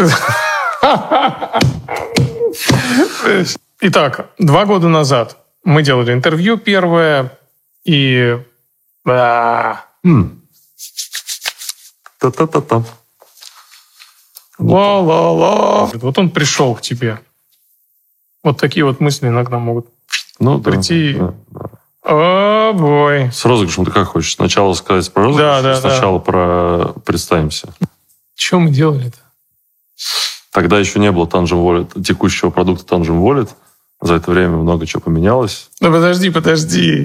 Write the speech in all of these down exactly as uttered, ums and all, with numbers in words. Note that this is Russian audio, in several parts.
Итак, два года назад мы делали интервью первое, и... Та-та-та-та. Ла-ла-ла. Вот он пришел к тебе. Вот такие вот мысли иногда могут ну, прийти. Да, да, да. О, бой. С розыгрышем ты как хочешь? Сначала сказать про розыгрыш, да, да, сначала да. про представимся. Что мы делали-то? Тогда еще не было Tangent Wallet, текущего продукта Tangent Wallet. За это время много чего поменялось. Ну подожди, подожди.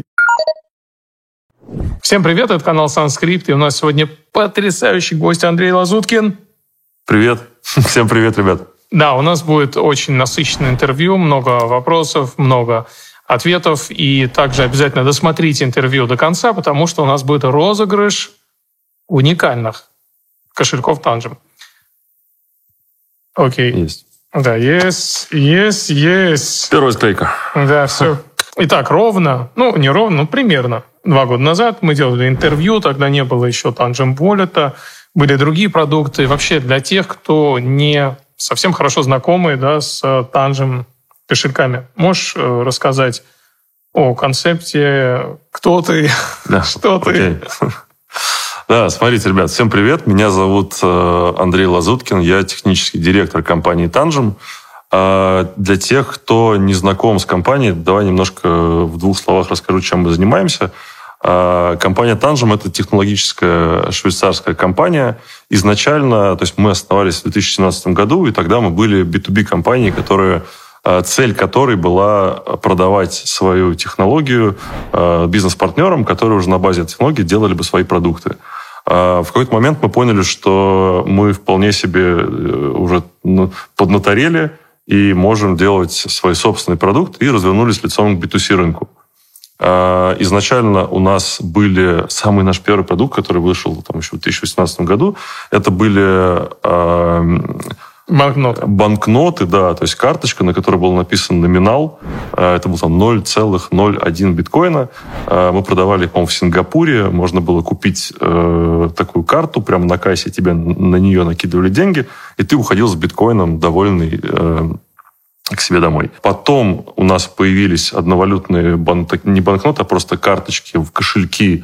Всем привет, это канал Sanskrit, и у нас сегодня потрясающий гость Андрей Лазуткин. Привет. Всем привет, ребят. Да, у нас будет очень насыщенное интервью, много вопросов, много ответов, и также обязательно досмотрите интервью до конца, потому что у нас будет розыгрыш уникальных кошельков Tangent. Окей. Есть. Да, есть, есть, есть. Первая склейка. Да, все. Итак, ровно, ну, не ровно, но примерно два года назад мы делали интервью, тогда не было еще Tangent Wallet, были другие продукты. Вообще для тех, кто не совсем хорошо знакомы, да, с Tangent кошельками, можешь рассказать о концепте, кто ты, да, что ты? Да, смотрите, ребят, всем привет. Меня зовут Андрей Лазуткин, я технический директор компании Tangent. Для тех, кто не знаком с компанией, давай немножко в двух словах расскажу, чем мы занимаемся. Компания Tangent – это технологическая швейцарская компания. Изначально, то есть мы основались в две тысячи семнадцатом году, и тогда мы были би ту би компанией, которая, цель которой была продавать свою технологию бизнес-партнерам, которые уже на базе этой технологии делали бы свои продукты. В какой-то момент мы поняли, что мы вполне себе уже поднаторели и можем делать свой собственный продукт, и развернулись лицом к би ту си рынку. Изначально у нас были самый наш первый продукт, который вышел там, еще в две тысячи восемнадцатом году. Это были банкноты. банкноты, да, то есть карточка, на которой был написан номинал. Это был там ноль целых ноль один биткоина. Мы продавали, по-моему, в Сингапуре. Можно было купить э, такую карту, прямо на кассе тебе на нее накидывали деньги, и ты уходил с биткоином довольный э, к себе домой. Потом у нас появились одновалютные бан... не банкноты, а просто карточки в кошельки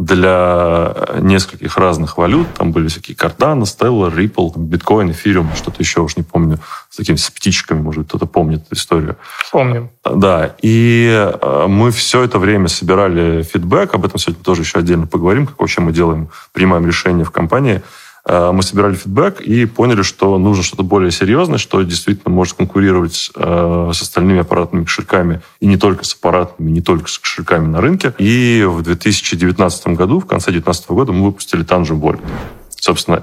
для нескольких разных валют. Там были всякие Cardano, Stellar, Ripple, биткоин, эфириум, что-то еще, уж не помню, с такими с птичками, может, кто-то помнит эту историю. Помним. Да, и мы все это время собирали фидбэк, об этом сегодня тоже еще отдельно поговорим, как вообще мы делаем, принимаем решения в компании. Мы собирали фидбэк и поняли, что нужно что-то более серьезное, что действительно может конкурировать э, с остальными аппаратными кошельками, и не только с аппаратными, не только с кошельками на рынке. И в две тысячи девятнадцатом году, в конце две тысячи девятнадцатого года, мы выпустили Tangent Wallet. Собственно,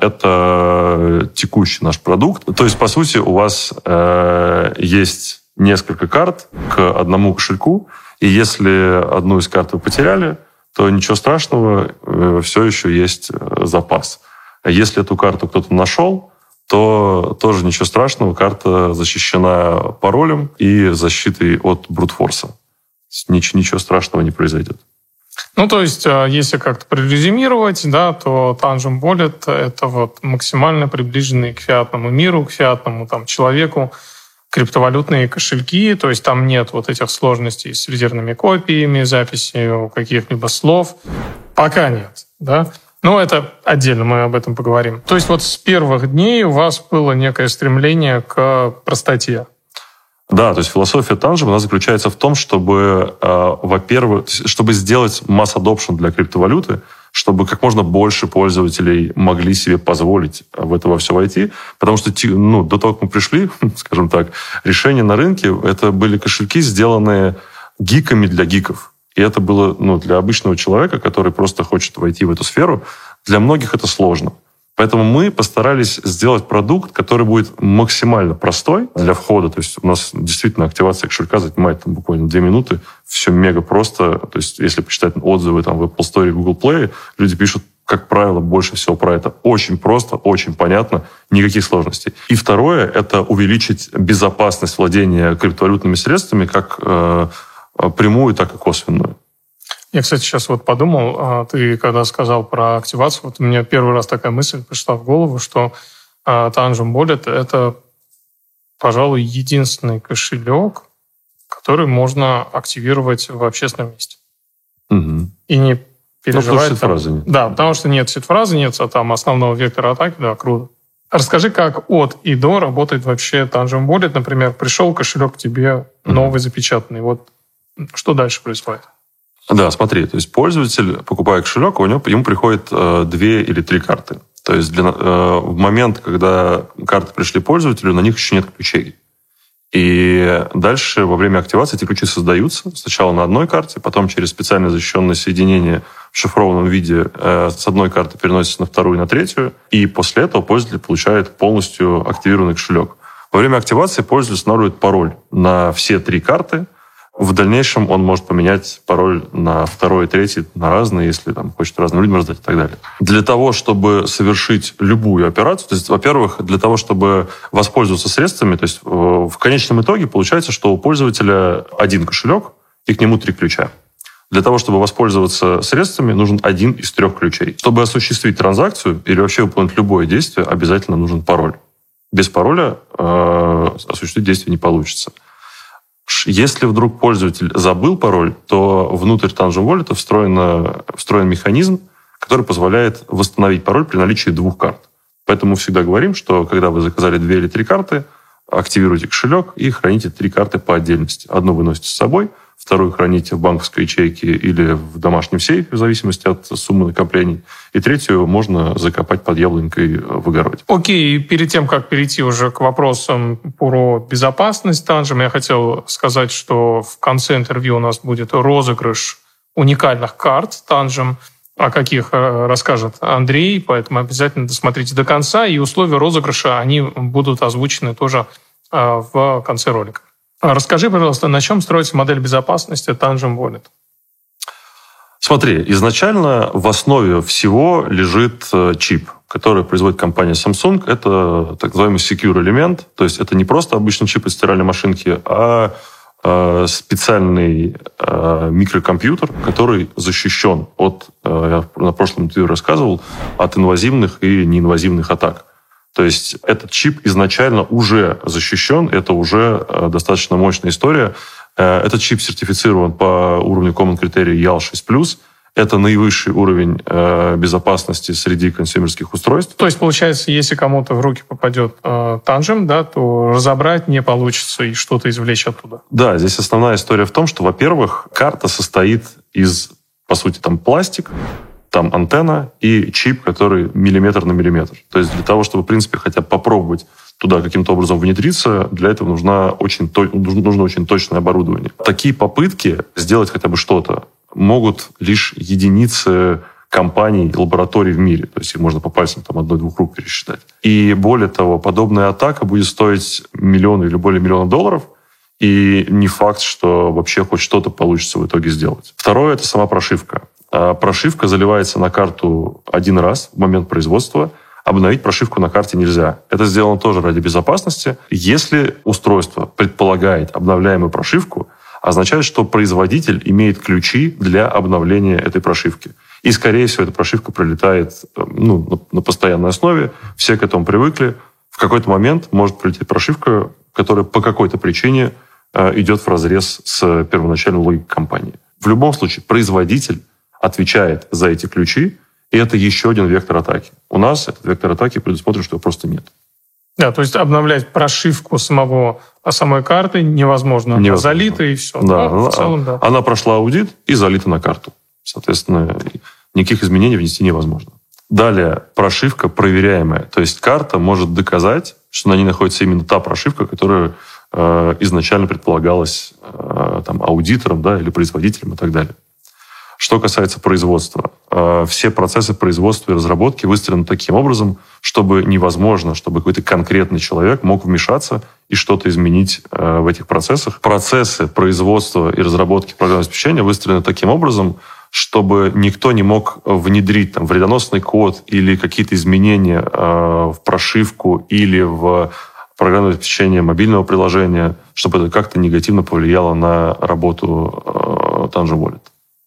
это текущий наш продукт. То есть, по сути, у вас э, есть несколько карт к одному кошельку, и если одну из карт вы потеряли, то ничего страшного, э, все еще есть запас. Если эту карту кто-то нашел, то тоже ничего страшного. Карта защищена паролем и защитой от брутфорса. Ничего, ничего страшного не произойдет. Ну, то есть, если как-то прорезюмировать, да, то Tangent Wallet — это вот максимально приближенный к фиатному миру, к фиатному там, человеку криптовалютные кошельки. То есть, там нет вот этих сложностей с резервными копиями, записью каких-либо слов. Пока нет, да. Ну, это отдельно, мы об этом поговорим. То есть вот с первых дней у вас было некое стремление к простоте. Да, то есть философия Tangent у нас заключается в том, чтобы, э, во-первых, чтобы сделать масс-адопшн для криптовалюты, чтобы как можно больше пользователей могли себе позволить в это во все войти. Потому что ну, до того, как мы пришли, скажем так, решения на рынке, это были кошельки, сделанные гиками для гиков. И это было ну, для обычного человека, который просто хочет войти в эту сферу. Для многих это сложно. Поэтому мы постарались сделать продукт, который будет максимально простой для входа. То есть у нас действительно активация кошелька занимает там, буквально две минуты. Все мега просто. То есть если почитать отзывы там, в Apple Store и Google Play, люди пишут, как правило, больше всего про это. Очень просто, очень понятно, никаких сложностей. И второе – это увеличить безопасность владения криптовалютными средствами как э, прямую, так и косвенную. Я, кстати, сейчас вот подумал, ты когда сказал про активацию, вот у меня первый раз такая мысль пришла в голову, что Tangent Wallet — это, пожалуй, единственный кошелек, который можно активировать в общественном месте. Угу. И не переживать. Ну, потому что нет. Да, потому что нет сид-фразы, нет там основного вектора атаки. Да, круто. Расскажи, как от и до работает вообще Tangent Wallet. Например, пришел кошелек к тебе новый, угу. запечатанный. Вот что дальше происходит? Да, смотри, то есть пользователь, покупая кошелек, у него, ему приходит э, две или три карты. То есть для, э, в момент, когда карты пришли пользователю, на них еще нет ключей. И дальше во время активации эти ключи создаются сначала на одной карте, потом через специально защищенное соединение в шифрованном виде э, с одной карты переносится на вторую и на третью, и после этого пользователь получает полностью активированный кошелек. Во время активации пользователь устанавливает пароль на все три карты. В дальнейшем он может поменять пароль на второй и третий, на разные, если там, хочет разным людям раздать и так далее. Для того, чтобы совершить любую операцию, то есть, во-первых, для того, чтобы воспользоваться средствами, то есть в конечном итоге получается, что у пользователя один кошелек и к нему три ключа. Для того, чтобы воспользоваться средствами, нужен один из трех ключей. Чтобы осуществить транзакцию или вообще выполнить любое действие, обязательно нужен пароль. Без пароля э, осуществить действие не получится. Если вдруг пользователь забыл пароль, то внутрь Tangent Wallet встроен, встроен механизм, который позволяет восстановить пароль при наличии двух карт. Поэтому мы всегда говорим, что когда вы заказали две или три карты, активируйте кошелек и храните три карты по отдельности. Одну выносите с собой, вторую храните в банковской ячейке или в домашнем сейфе, в зависимости от суммы накоплений. И третью можно закопать под яблонькой в огороде. Окей, и перед тем, как перейти уже к вопросам про безопасность Tangent, я хотел сказать, что в конце интервью у нас будет розыгрыш уникальных карт Tangent, о каких расскажет Андрей, поэтому обязательно досмотрите до конца, и условия розыгрыша, они будут озвучены тоже в конце ролика. Расскажи, пожалуйста, на чем строится модель безопасности Tangent Wallet? Смотри, изначально в основе всего лежит чип, который производит компания Samsung. Это так называемый secure элемент, то есть это не просто обычный чип из стиральной машинки, а специальный микрокомпьютер, который защищен от, я на прошлом интервью рассказывал, от инвазивных и неинвазивных атак. То есть этот чип изначально уже защищен, это уже достаточно мощная история. Этот чип сертифицирован по уровню Common Criteria и эл шесть плюс. Это наивысший уровень безопасности среди консюмерских устройств. То есть, получается, если кому-то в руки попадет Tangent, да, то разобрать не получится и что-то извлечь оттуда. Да, здесь основная история в том, что, во-первых, карта состоит из, по сути, там пластик, там антенна и чип, который миллиметр на миллиметр. То есть для того, чтобы, в принципе, хотя бы попробовать туда каким-то образом внедриться, для этого нужно очень, нужно очень точное оборудование. Такие попытки сделать хотя бы что-то могут лишь единицы компаний, лабораторий в мире. То есть их можно по пальцам там, одной-двух рук пересчитать. И более того, подобная атака будет стоить миллионы или более миллиона долларов, и не факт, что вообще хоть что-то получится в итоге сделать. Второе – это сама прошивка. Прошивка заливается на карту один раз в момент производства. Обновить прошивку на карте нельзя. Это сделано тоже ради безопасности. Если устройство предполагает обновляемую прошивку, означает, что производитель имеет ключи для обновления этой прошивки. И, скорее всего, эта прошивка пролетает ну, на постоянной основе. Все к этому привыкли. В какой-то момент может прилететь прошивка, которая по какой-то причине идет вразрез с первоначальной логикой компании. В любом случае, производитель отвечает за эти ключи, и это еще один вектор атаки. У нас этот вектор атаки предусмотрен, что его просто нет. Да, то есть обновлять прошивку самого, самой карты невозможно. Она невозможно. Залита и все. Да, ну, она, в целом, да. Она прошла аудит и залита на карту. Соответственно, никаких изменений внести невозможно. Далее, прошивка проверяемая. То есть карта может доказать, что на ней находится именно та прошивка, которая э, изначально предполагалась э, там, аудитором, да, или производителем и так далее. Что касается производства, все процессы производства и разработки выстроены таким образом, чтобы невозможно, чтобы какой-то конкретный человек мог вмешаться и что-то изменить в этих процессах. Процессы производства и разработки программного обеспечения выстроены таким образом, чтобы никто не мог внедрить там, вредоносный код или какие-то изменения в прошивку или в программное обеспечение мобильного приложения, чтобы это как-то негативно повлияло на работу Tangent Wallet.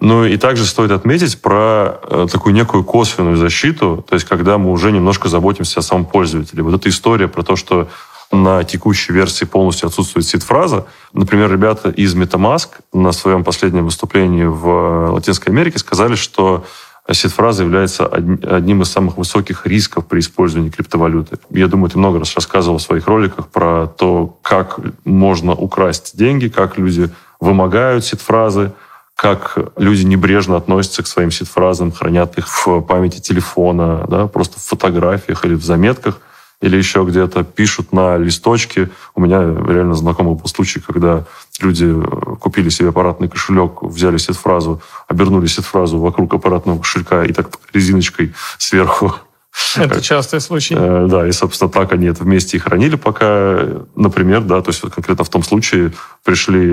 Ну и также стоит отметить про э, такую некую косвенную защиту, то есть когда мы уже немножко заботимся о самом пользователе. Вот эта история про то, что на текущей версии полностью отсутствует сид-фраза. Например, ребята из MetaMask на своем последнем выступлении в Латинской Америке сказали, что сид-фраза является одним из самых высоких рисков при использовании криптовалюты. Я думаю, ты много раз рассказывал в своих роликах про то, как можно украсть деньги, как люди вымогают сид-фразы, как люди небрежно относятся к своим сид-фразам, хранят их в памяти телефона, да, просто в фотографиях или в заметках, или еще где-то пишут на листочке. У меня реально знакомый был случай, когда люди купили себе аппаратный кошелек, взяли сид-фразу, обернули сид-фразу вокруг аппаратного кошелька и так резиночкой сверху. Это частый случай. Да, и, собственно, так они это вместе и хранили, пока, например, да, то есть вот конкретно в том случае пришли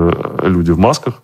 люди в масках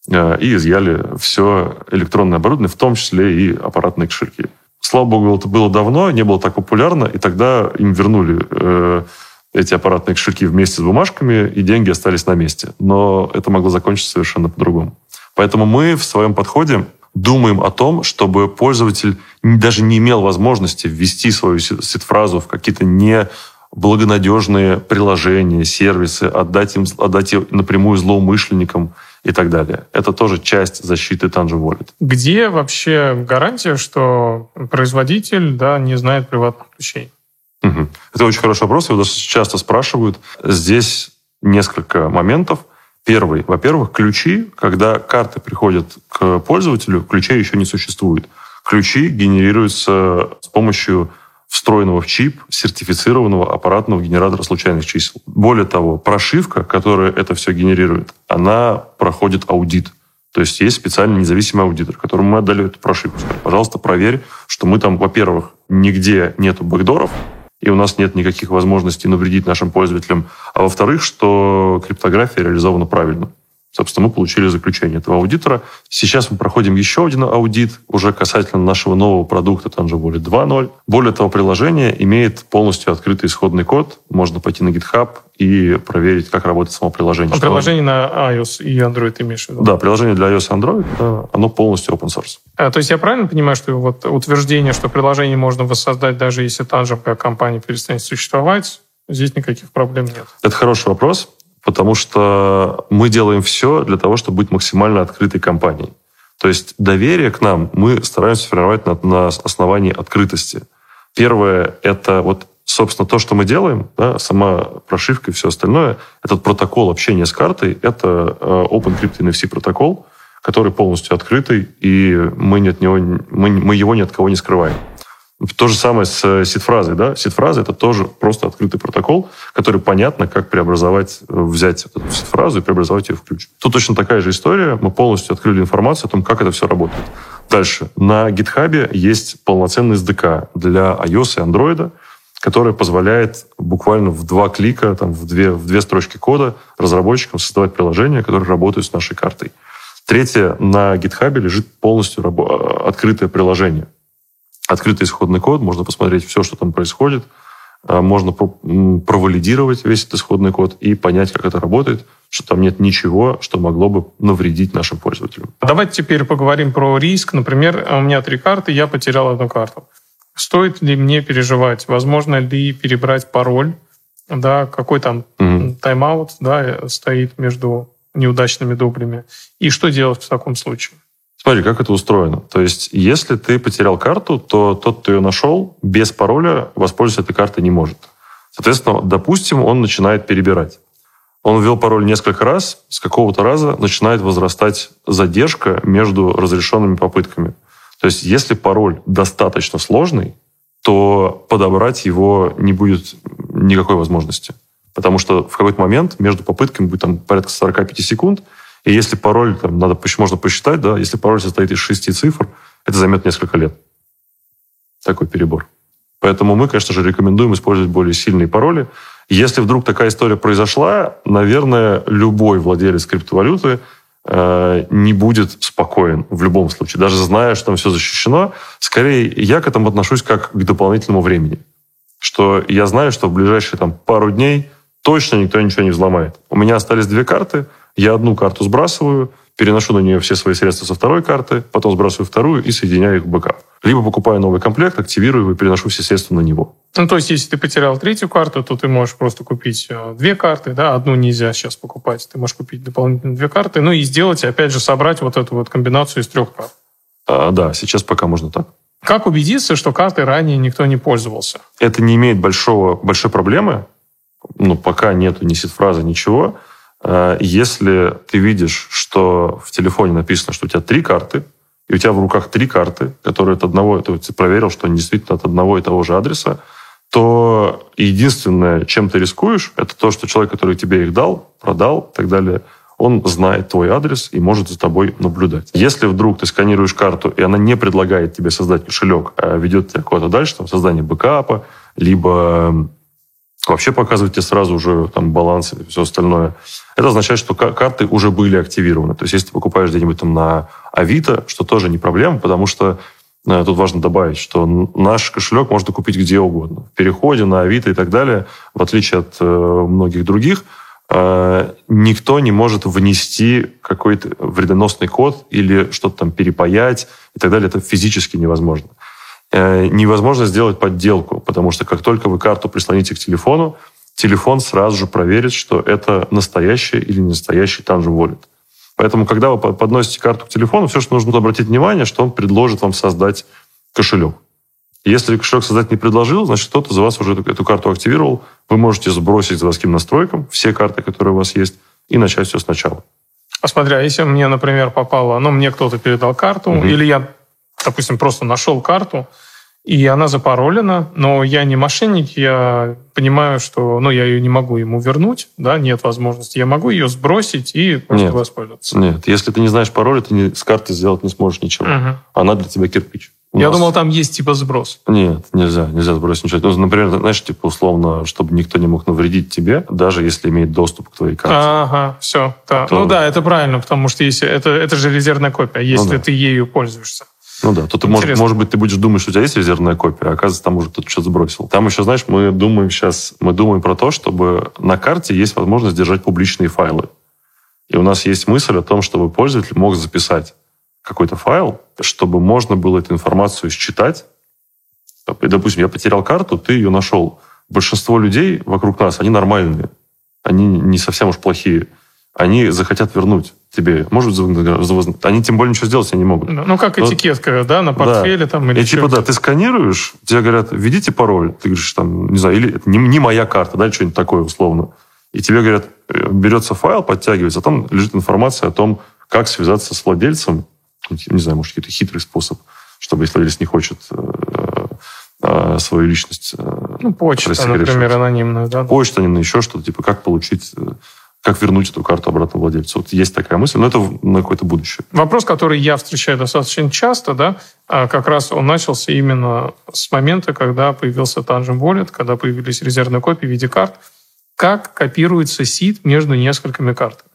и изъяли все электронное оборудование, в том числе и аппаратные кошельки. Слава богу, это было давно, не было так популярно, и тогда им вернули э, эти аппаратные кошельки вместе с бумажками, и деньги остались на месте. Но это могло закончиться совершенно по-другому. Поэтому мы в своем подходе думаем о том, чтобы пользователь даже не имел возможности ввести свою сид-фразу в какие-то неблагонадежные приложения, сервисы, отдать, им, отдать ее напрямую злоумышленникам и так далее. Это тоже часть защиты Tangent Wallet. Где вообще гарантия, что производитель, да, не знает приватных ключей? Угу. Это очень хороший вопрос, его достаточно часто спрашивают. Здесь несколько моментов. Первый. Во-первых, ключи, когда карты приходят к пользователю, ключей еще не существует. Ключи генерируются с помощью встроенного в чип сертифицированного аппаратного генератора случайных чисел. Более того, прошивка, которая это все генерирует, она проходит аудит. То есть есть специальный независимый аудитор, которому мы отдали эту прошивку. Пожалуйста, проверь, что мы там, во-первых, нигде нету бэкдоров, и у нас нет никаких возможностей навредить нашим пользователям, а во-вторых, что криптография реализована правильно. Собственно, мы получили заключение этого аудитора. Сейчас мы проходим еще один аудит уже касательно нашего нового продукта Tangent Wallet два ноль. Более того, приложение имеет полностью открытый исходный код. Можно пойти на GitHub и проверить, как работает само приложение. А приложение на iOS и Android ты имеешь в виду? Да, приложение для iOS и Android, да, оно полностью open source. А, то есть я правильно понимаю, что вот утверждение, что приложение можно воссоздать, даже если Tangent как компания перестанет существовать, здесь никаких проблем нет? Это хороший вопрос. Потому что мы делаем все для того, чтобы быть максимально открытой компанией. То есть доверие к нам мы стараемся формировать на, на основании открытости. Первое – это вот, собственно, то, что мы делаем, да, сама прошивка и все остальное, этот протокол общения с картой – это OpenCrypt эн эф си протокол, который полностью открытый, и мы, не от него, мы, мы его ни от кого не скрываем. То же самое с сид-фразой. Да? Сид-фраза – это тоже просто открытый протокол, который понятно, как преобразовать, взять эту сид-фразу и преобразовать ее в ключ. Тут точно такая же история. Мы полностью открыли информацию о том, как это все работает. Дальше. На GitHub есть полноценный эс ди кей для iOS и Android, который позволяет буквально в два клика, там, в, две, в две строчки кода разработчикам создавать приложения, которые работают с нашей картой. Третье. На GitHub лежит полностью рабо- открытое приложение. Открытый исходный код, можно посмотреть все, что там происходит, можно провалидировать весь этот исходный код и понять, как это работает, что там нет ничего, что могло бы навредить нашим пользователям. Давайте теперь поговорим про риск. Например, у меня три карты, я потерял одну карту. Стоит ли мне переживать? Возможно ли перебрать пароль? Да, какой там mm-hmm. тайм-аут, да, стоит между неудачными дублями? И что делать в таком случае? Смотри, как это устроено. То есть, если ты потерял карту, то тот, кто ее нашел, без пароля воспользоваться этой картой не может. Соответственно, допустим, он начинает перебирать. Он ввел пароль несколько раз, с какого-то раза начинает возрастать задержка между разрешенными попытками. То есть, если пароль достаточно сложный, то подобрать его не будет никакой возможности. Потому что в какой-то момент между попытками будет там порядка сорок пять секунд, и если пароль, там, надо, можно посчитать, да, если пароль состоит из шести цифр, это займет несколько лет. Такой перебор. Поэтому мы, конечно же, рекомендуем использовать более сильные пароли. Если вдруг такая история произошла, наверное, любой владелец криптовалюты э, не будет спокоен в любом случае. Даже зная, что там все защищено, скорее я к этому отношусь как к дополнительному времени. Что я знаю, что в ближайшие там, пару дней точно никто ничего не взломает. У меня остались две карты, я одну карту сбрасываю, переношу на нее все свои средства со второй карты, потом сбрасываю вторую и соединяю их в бэкап. Либо покупаю новый комплект, активирую его и переношу все средства на него. Ну, то есть, если ты потерял третью карту, то ты можешь просто купить две карты, да, одну нельзя сейчас покупать, ты можешь купить дополнительно две карты, ну и сделать, и опять же, собрать вот эту вот комбинацию из трех карт. А, да, сейчас пока можно так. Как убедиться, что картой ранее никто не пользовался? Это не имеет большого, большой проблемы, ну, пока нету ни сид-фразы, ничего. Если ты видишь, что в телефоне написано, что у тебя три карты, и у тебя в руках три карты, которые от одного, ты проверил, что они действительно от одного и того же адреса, то единственное, чем ты рискуешь, это то, что человек, который тебе их дал, продал и так далее, он знает твой адрес и может за тобой наблюдать. Если вдруг ты сканируешь карту, и она не предлагает тебе создать кошелек, а ведет тебя куда-то дальше, там, создание бэкапа, либо вообще показывает тебе сразу уже там, баланс и все остальное, это означает, что карты уже были активированы. То есть, если ты покупаешь где-нибудь там на Авито, что тоже не проблема, потому что э, тут важно добавить, что наш кошелек можно купить где угодно. В Переходе, на Авито и так далее, в отличие от э, многих других, э, никто не может внести какой-то вредоносный код или что-то там перепаять и так далее. Это физически невозможно. Э, невозможно сделать подделку, потому что как только вы карту прислоните к телефону, телефон сразу же проверит, что это настоящий или не настоящий Tangent Wallet. Поэтому, когда вы подносите карту к телефону, все, что нужно обратить внимание, что он предложит вам создать кошелек. Если кошелек создать не предложил, значит, кто-то за вас уже эту, эту карту активировал. Вы можете сбросить заводским настройкам все карты, которые у вас есть, и начать все сначала. А смотри, а если мне, например, попало, ну, мне кто-то передал карту, угу. или я, допустим, просто нашел карту, и она запаролена, но я не мошенник, я понимаю, что ну, я ее не могу ему вернуть, да, нет возможности. Я могу ее сбросить и просто нет, воспользоваться. Нет, если ты не знаешь пароля, ты не, с карты сделать не сможешь ничего. Угу. Она для тебя кирпич. У я нас... думал, там есть типа сброс. Нет, нельзя, нельзя сбросить ничего. Ну, например, знаешь, типа условно, чтобы никто не мог навредить тебе, даже если имеет доступ к твоей карте. Ага, все. Да. То... Ну да, это правильно, потому что если это, это же резервная копия, если ну, да. ты ею пользуешься. Ну да, тут, может, может быть, ты будешь думать, что у тебя есть резервная копия, а оказывается, там уже кто-то что-то сбросил. Там еще, знаешь, мы думаем сейчас, мы думаем про то, чтобы на карте есть возможность держать публичные файлы. И у нас есть мысль о том, чтобы пользователь мог записать какой-то файл, чтобы можно было эту информацию считать. И, допустим, я потерял карту, ты ее нашел. Большинство людей вокруг нас, они нормальные, они не совсем уж плохие. Они захотят вернуть тебе. Может, они тем более ничего сделать не могут. Ну, как Но, этикетка, да, на портфеле да. там или И типа, да, ты сканируешь, тебе говорят, введите пароль. Ты говоришь, там, не знаю, или это не, не моя карта, да, или что-нибудь такое условно. И тебе говорят, берется файл, подтягивается, а там лежит информация о том, как связаться с владельцем. Не знаю, может, какой-то хитрый способ, чтобы, если владелец не хочет э, э, свою личность... Э, ну, почта, например, анонимная, да? Почта анонимная, еще что-то, типа, как получить... Э, как вернуть эту карту обратно владельцу. Вот есть такая мысль, но это на какое-то будущее. Вопрос, который я встречаю достаточно часто, да, как раз он начался именно с момента, когда появился Tangent Wallet, когда появились резервные копии в виде карт. Как копируется сид между несколькими картами?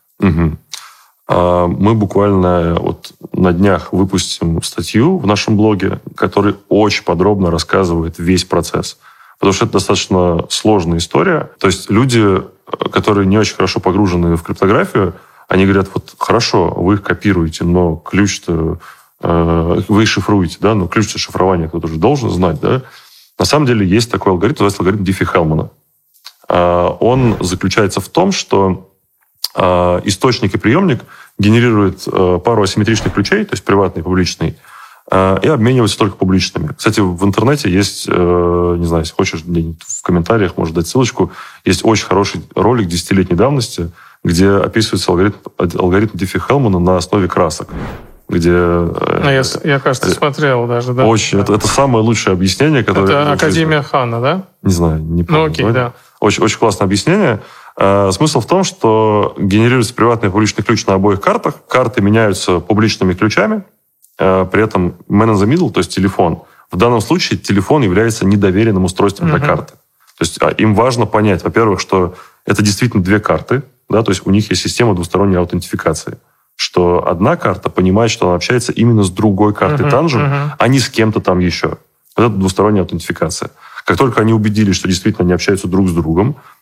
Угу. Мы буквально вот на днях выпустим статью в нашем блоге, которая очень подробно рассказывает весь процесс. Потому что это достаточно сложная история. То есть люди, которые не очень хорошо погружены в криптографию, они говорят, вот хорошо, вы их копируете, но ключ-то э, вы их шифруете, да, но ключ-то шифрования кто-то же должен знать, да. На самом деле есть такой алгоритм, называется алгоритм Диффи-Хеллмана. Э, он заключается в том, что э, источник и приемник генерируют э, пару асимметричных ключей, то есть приватный и публичный, и обмениваются только публичными. Кстати, в интернете есть, не знаю, если хочешь, в комментариях можешь дать ссылочку, есть очень хороший ролик десятилетней давности, где описывается алгоритм, алгоритм Диффи-Хеллмана на основе красок. Где, ну, я, я, кажется, смотрел даже, да. Очень, да. Это, это самое лучшее объяснение, которое... Это Академия Хана, да? Не знаю, не помню. Ну, окей, да. Очень, очень классное объяснение. Смысл в том, что генерируется приватный и публичный ключ на обоих картах. Карты меняются публичными ключами. При этом man in the middle, то есть телефон, в данном случае телефон является недоверенным устройством uh-huh. для карты. То есть им важно понять, во-первых, что это действительно две карты, да, то есть у них есть система двусторонней аутентификации, что одна карта понимает, что она общается именно с другой картой uh-huh. Tangent, uh-huh. а не с кем-то там еще. Вот это двусторонняя аутентификация. Как только они убедились, что действительно они общаются друг с другом,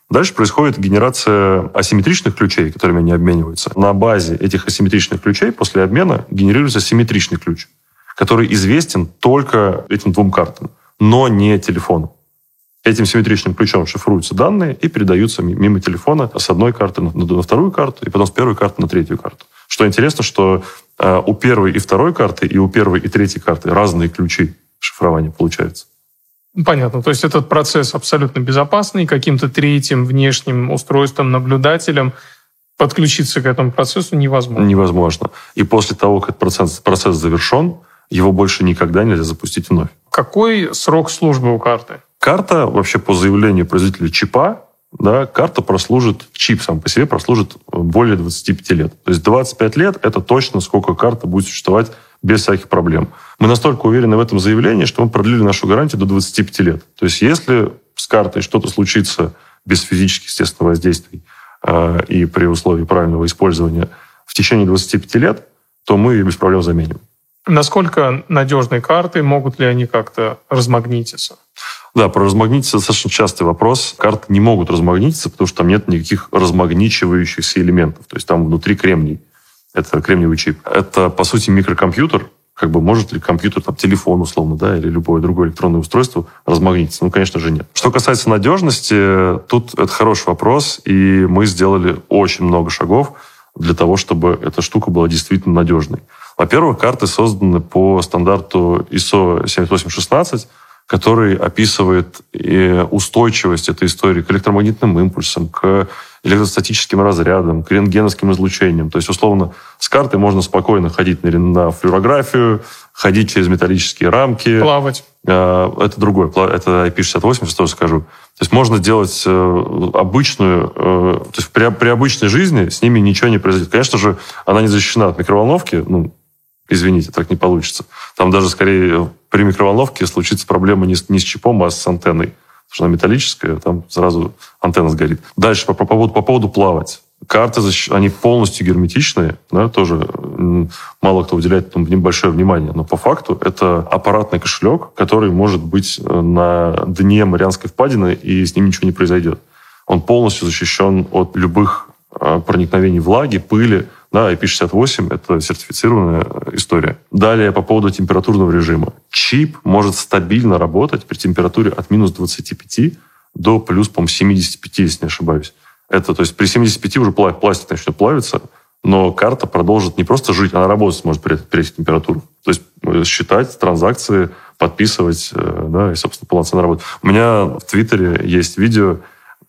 Дальше происходит генерация асимметричных ключей, которыми они обмениваются. На базе этих асимметричных ключей после обмена генерируется симметричный ключ, который известен только этим двум картам, но не телефону. Этим симметричным ключом шифруются данные и передаются мимо телефона с одной карты на, на вторую карту, и потом с первой карты на третью карту. Что интересно, что э, у первой и второй карты, и у первой и третьей карты разные ключи шифрования получаются. Понятно. То есть этот процесс абсолютно безопасный, каким-то третьим внешним устройством, наблюдателем подключиться к этому процессу невозможно. Невозможно. И после того, как процесс, процесс завершен, его больше никогда нельзя запустить вновь. Какой срок службы у карты? Карта, вообще по заявлению производителя чипа, да, карта прослужит, чип сам по себе прослужит более двадцати пяти лет. То есть двадцать пять лет – это точно сколько карта будет существовать без всяких проблем. Мы настолько уверены в этом заявлении, что мы продлили нашу гарантию до двадцати пяти лет. То есть если с картой что-то случится без физических, естественно, воздействий э, и при условии правильного использования в течение двадцати пяти лет, то мы ее без проблем заменим. Насколько надежные карты, могут ли они как-то размагнититься? Да, про размагнититься достаточно частый вопрос. Карты не могут размагнититься, потому что там нет никаких размагничивающихся элементов. То есть там внутри кремний. Это кремниевый чип. Это, по сути, микрокомпьютер. Как бы может ли компьютер, там, телефон, условно, да, или любое другое электронное устройство размагнититься? Ну, конечно же, нет. Что касается надежности, тут это хороший вопрос, и мы сделали очень много шагов для того, чтобы эта штука была действительно надежной. Во-первых, карты созданы по стандарту ай эс о семьдесят восемь шестнадцать, который описывает устойчивость этой истории к электромагнитным импульсам, к электростатическим разрядам, к рентгеновским излучениям. То есть, условно, с картой можно спокойно ходить на флюорографию, ходить через металлические рамки. Плавать. Это другое. Это ай пи шестьдесят восемь, что я скажу. То есть, можно делать обычную... То есть, при, при обычной жизни с ними ничего не произойдет. Конечно же, она не защищена от микроволновки. Ну, извините, так не получится. Там даже, скорее, при микроволновке случится проблема не с, не с чипом, а с антенной. Потому что она металлическая, там сразу антенна сгорит. Дальше, по, по, поводу, по поводу плавать. Карты, они полностью герметичные, да, тоже мало кто уделяет этому большое внимание. Но по факту это аппаратный кошелек, который может быть на дне Марианской впадины, и с ним ничего не произойдет. Он полностью защищен от любых проникновений влаги, пыли. Да, ай пи шестьдесят восемь – это сертифицированная история. Далее, по поводу температурного режима. Чип может стабильно работать при температуре от минус двадцати пяти до плюс, по-моему, семидесяти пяти, если не ошибаюсь. Это, то есть при семидесяти пяти уже пластик начнет плавиться, но карта продолжит не просто жить, она работать сможет при, при этих температурах. То есть считать транзакции, подписывать, да, и, собственно, полноценно работать. У меня в Твиттере есть видео,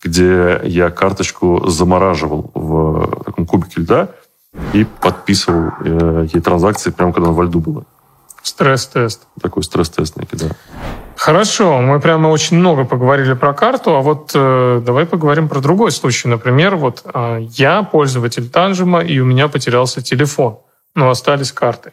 где я карточку замораживал в таком кубике льда и подписывал э, ей транзакции, прямо когда она во льду была. Стресс-тест. Такой стресс-тест некий, да. Хорошо, мы прямо очень много поговорили про карту, а вот э, давай поговорим про другой случай. Например, вот э, я пользователь Танжема, и у меня потерялся телефон, но остались карты.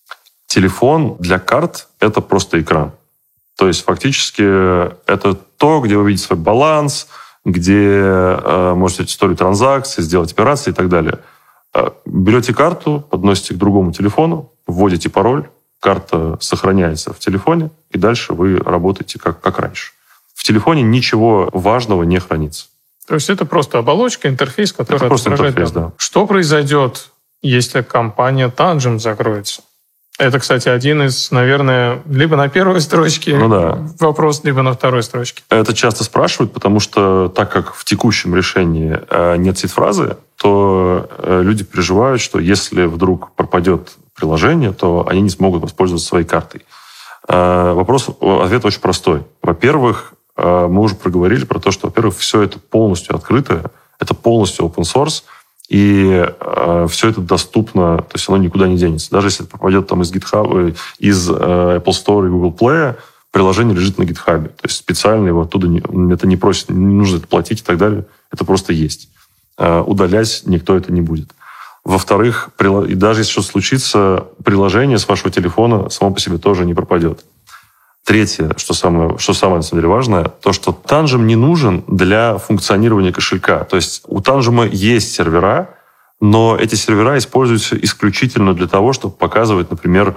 Телефон для карт – это просто экран. То есть фактически это то, где вы видите свой баланс, где э, можете историю транзакций, сделать операции и так далее. Берете карту, подносите к другому телефону, вводите пароль, карта сохраняется в телефоне, и дальше вы работаете как, как раньше. В телефоне ничего важного не хранится. То есть это просто оболочка, интерфейс, который это просто интерфейс, да. Что произойдет, если компания Tangem закроется? Это, кстати, один из, наверное, либо на первой строчке ну, да. вопрос, либо на второй строчке. Это часто спрашивают, потому что так как в текущем решении нет сид-фразы, то люди переживают, что если вдруг пропадет приложение, то они не смогут воспользоваться своей картой. Вопрос, ответ очень простой. Во-первых, мы уже проговорили про то, что, во-первых, все это полностью открытое, это полностью open source, и э, все это доступно, то есть оно никуда не денется. Даже если это пропадет там из GitHub, из э, Apple Store и Google Play, приложение лежит на GitHub. То есть специально его оттуда не, это не просит, не нужно это платить и так далее. Это просто есть. Э, удалять никто это не будет. Во-вторых, и даже если что-то случится, приложение с вашего телефона само по себе тоже не пропадет. Третье, что самое, что самое на самом деле важное, то, что Tangem не нужен для функционирования кошелька. То есть у Tangem есть сервера, но эти сервера используются исключительно для того, чтобы показывать, например,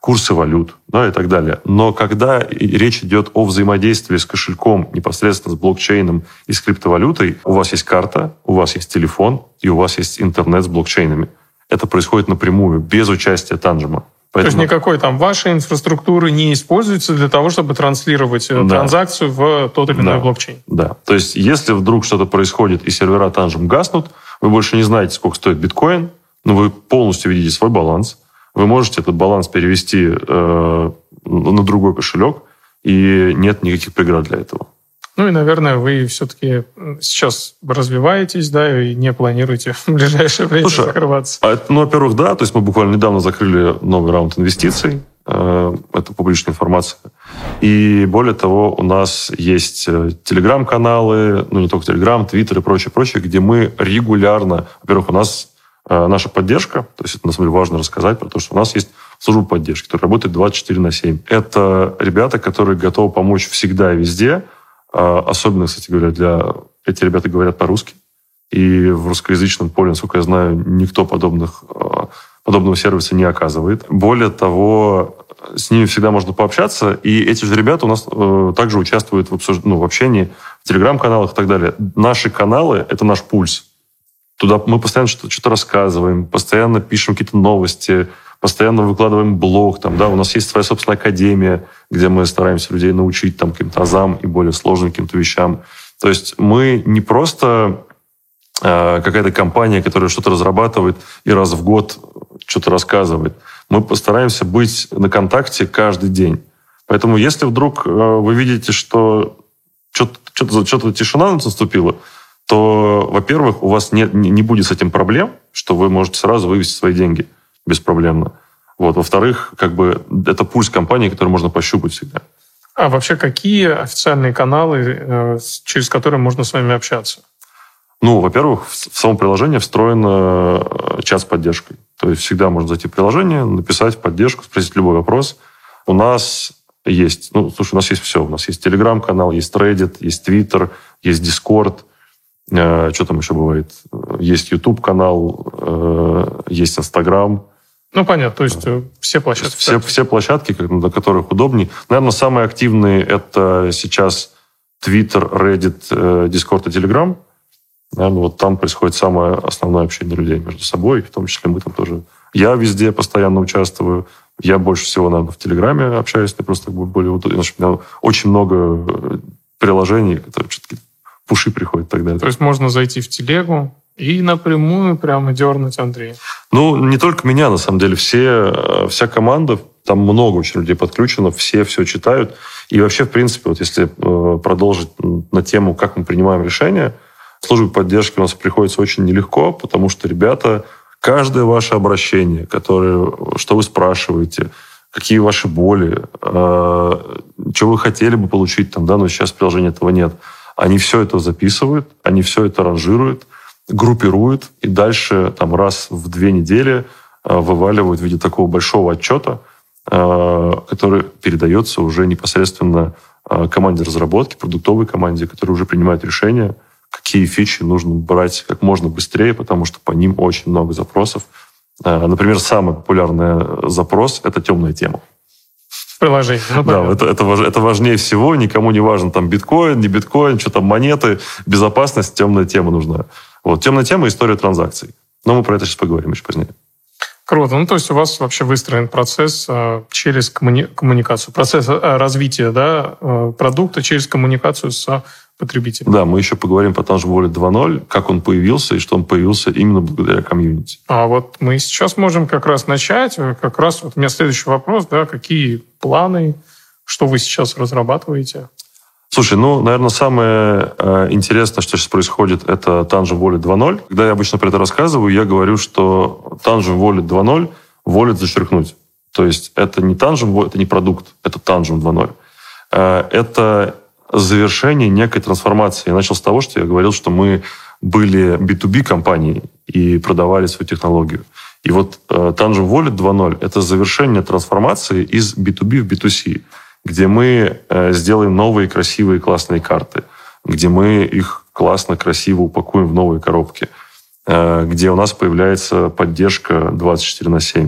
курсы валют, да, и так далее. Но когда речь идет о взаимодействии с кошельком, непосредственно с блокчейном и с криптовалютой, у вас есть карта, у вас есть телефон, и у вас есть интернет с блокчейнами. Это происходит напрямую, без участия Танжема. Поэтому... То есть никакой там вашей инфраструктуры не используется для того, чтобы транслировать да. транзакцию в тот или иной да. блокчейн? Да. То есть если вдруг что-то происходит и сервера Танжем гаснут, вы больше не знаете, сколько стоит биткоин, но вы полностью видите свой баланс, вы можете этот баланс перевести э, на другой кошелек, и нет никаких преград для этого. Ну и, наверное, вы все-таки сейчас развиваетесь, да, и не планируете в ближайшее время Слушай, закрываться. А это, ну, во-первых, да, то есть мы буквально недавно закрыли новый раунд инвестиций, э, это публичная информация. И более того, у нас есть телеграм-каналы, ну не только телеграм, твиттер и прочее, прочее, где мы регулярно, во-первых, у нас э, наша поддержка, то есть это, на самом деле, важно рассказать про то, что у нас есть служба поддержки, которая работает двадцать четыре на семь. Это ребята, которые готовы помочь всегда и везде. Особенно, кстати говоря, для... Эти ребята говорят по-русски. И в русскоязычном поле, насколько я знаю, никто подобных, подобного сервиса не оказывает. Более того, с ними всегда можно пообщаться. И эти же ребята у нас э, также участвуют в, обсуж... ну, в общении, в телеграм-каналах и так далее. Наши каналы — это наш пульс. Туда мы постоянно что-то, что-то рассказываем, постоянно пишем какие-то новости, постоянно выкладываем блог, там, да, у нас есть своя собственная академия, где мы стараемся людей научить там, каким-то азам и более сложным каким-то вещам. То есть мы не просто э, какая-то компания, которая что-то разрабатывает и раз в год что-то рассказывает. Мы постараемся быть на контакте каждый день. Поэтому если вдруг э, вы видите, что что-то, что-то, что-то тишина наступила, то, во-первых, у вас не, не будет с этим проблем, что вы можете сразу вывести свои деньги беспроблемно. Вот. Во-вторых, как бы это пульс компании, который можно пощупать всегда. А вообще какие официальные каналы, через которые можно с вами общаться? Ну, во-первых, в само приложение встроен чат с поддержкой. То есть всегда можно зайти в приложение, написать поддержку, спросить любой вопрос. У нас есть, ну, слушай, у нас есть все. У нас есть Telegram-канал, есть Reddit, есть Twitter, есть Discord. Что там еще бывает? Есть YouTube-канал, есть Instagram. Ну, понятно, то есть все площадки. Все, все площадки, на которых удобнее. Наверное, самые активные — это сейчас Twitter, Reddit, Discord и Telegram. Наверное, вот там происходит самое основное общение людей между собой, в том числе мы там тоже. Я везде постоянно участвую. Я больше всего, наверное, в Телеграме общаюсь, мне просто более удобно. У меня очень много приложений, которые что-то пуши приходят и так далее. То есть можно зайти в телегу и напрямую прямо дернуть Андрея? Ну, не только меня, на самом деле. Все, вся команда, там много очень людей подключено, все все читают. И вообще, в принципе, вот если продолжить на тему, как мы принимаем решения, службе поддержки у нас приходится очень нелегко, потому что ребята, каждое ваше обращение, которое, что вы спрашиваете, какие ваши боли, э, что вы хотели бы получить, там, да, но сейчас в приложении этого нет, они все это записывают, они все это ранжируют, группируют, и дальше там, раз в две недели э, вываливают в виде такого большого отчета, э, который передается уже непосредственно э, команде разработки, продуктовой команде, которая уже принимает решения, какие фичи нужно брать как можно быстрее, потому что по ним очень много запросов. Например, самый популярный запрос — это темная тема. Приложение. Ну, да, это, это, это важнее всего. Никому не важен там биткоин, не биткоин, что там монеты, безопасность, темная тема нужна. Вот. Темная тема — история транзакций. Но мы про это сейчас поговорим еще позднее. Круто. Ну, то есть у вас вообще выстроен процесс э, через коммуни- коммуникацию, процесс э, развития, да, э, продукта через коммуникацию с потребителем. Да, мы еще поговорим по Tangible Wallet два ноль, как он появился и что он появился именно благодаря комьюнити. А вот мы сейчас можем как раз начать. Как раз вот у меня следующий вопрос, да, какие планы, что вы сейчас разрабатываете? Слушай, ну, наверное, самое э, интересное, что сейчас происходит, это Tangible Wallet два ноль. Когда я обычно про это рассказываю, я говорю, что Tangible Wallet два ноль — wallet зачеркнуть. То есть это не Tangible, это не продукт, это Tangible два ноль. Э, это завершение некой трансформации. Я начал с того, что я говорил, что мы были би ту би компанией и продавали свою технологию. И вот э, Tangible Wallet два ноль — это завершение трансформации из би ту би в би ту си, где мы э, сделаем новые красивые классные карты, где мы их классно, красиво упакуем в новые коробки, э, где у нас появляется поддержка двадцать четыре на семь,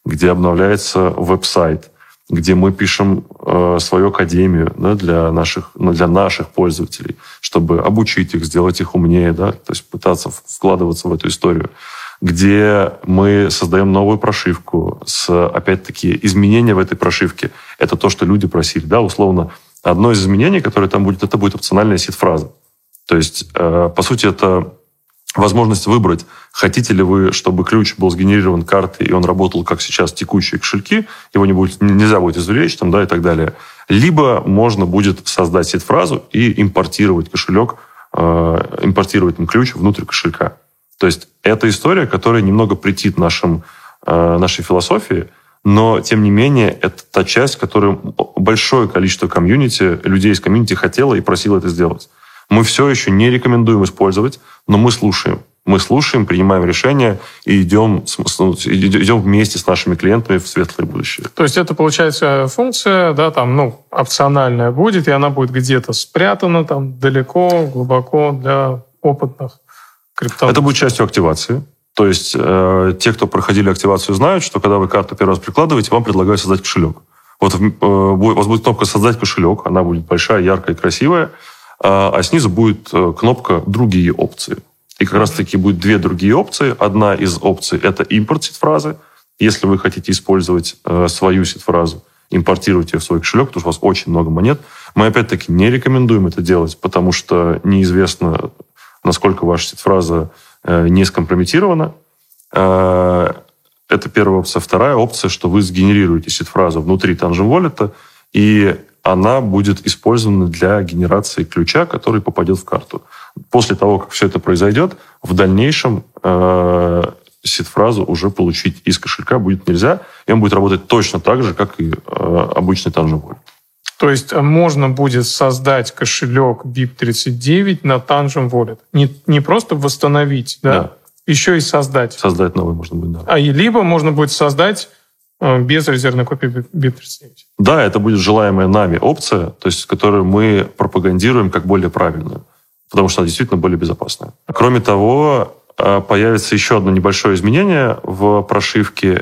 где обновляется веб-сайт, где мы пишем э, свою академию, да, для, наших, ну, для наших пользователей, чтобы обучить их, сделать их умнее, да, то есть пытаться вкладываться в эту историю, где мы создаем новую прошивку с, опять-таки, изменения в этой прошивке. Это то, что люди просили. Да, условно, одно из изменений, которое там будет, это будет опциональная сид-фраза. То есть, э, по сути, это возможность выбрать, хотите ли вы, чтобы ключ был сгенерирован картой, и он работал, как сейчас, текущие кошельки, его не будет, нельзя будет извлечь, там, да, и так далее. Либо можно будет создать сид-фразу и импортировать кошелек, э, импортировать им ключ внутрь кошелька. То есть это история, которая немного претит нашим, э, нашей философии, но, тем не менее, это та часть, которую большое количество комьюнити, людей из комьюнити хотело и просило это сделать. Мы все еще не рекомендуем использовать, но мы слушаем. Мы слушаем, принимаем решения и идем, идем вместе с нашими клиентами в светлое будущее. То есть это, получается, функция, да, там, ну, опциональная будет, и она будет где-то спрятана там далеко, глубоко для опытных криптологов. Это будет частью активации. То есть э, те, кто проходили активацию, знают, что когда вы карту первый раз прикладываете, вам предлагают создать кошелек. Вот э, у вас будет кнопка «Создать кошелек», она будет большая, яркая и красивая, а снизу будет кнопка «Другие опции». И как раз-таки будет две другие опции. Одна из опций – это импорт сид-фразы. Если вы хотите использовать свою сид-фразу, импортировать ее в свой кошелек, потому что у вас очень много монет. Мы, опять-таки, не рекомендуем это делать, потому что неизвестно, насколько ваша сид-фраза не скомпрометирована. Это первая опция. Вторая опция, что вы сгенерируете сид-фразу внутри Tangent Wallet, и она будет использована для генерации ключа, который попадет в карту. После того, как все это произойдет, в дальнейшем э, сид-фразу уже получить из кошелька будет нельзя, и он будет работать точно так же, как и э, обычный Tangent Wallet. То есть можно будет создать кошелек би ай пи тридцать девять на Tangent Wallet. Не, не просто восстановить, да? Да. Еще и создать. Создать новый можно будет, да. А либо можно будет создать без резервной копии би ай пи тридцать девять. Да, это будет желаемая нами опция, то есть которую мы пропагандируем как более правильную, потому что она действительно более безопасная. Кроме того, появится еще одно небольшое изменение в прошивке.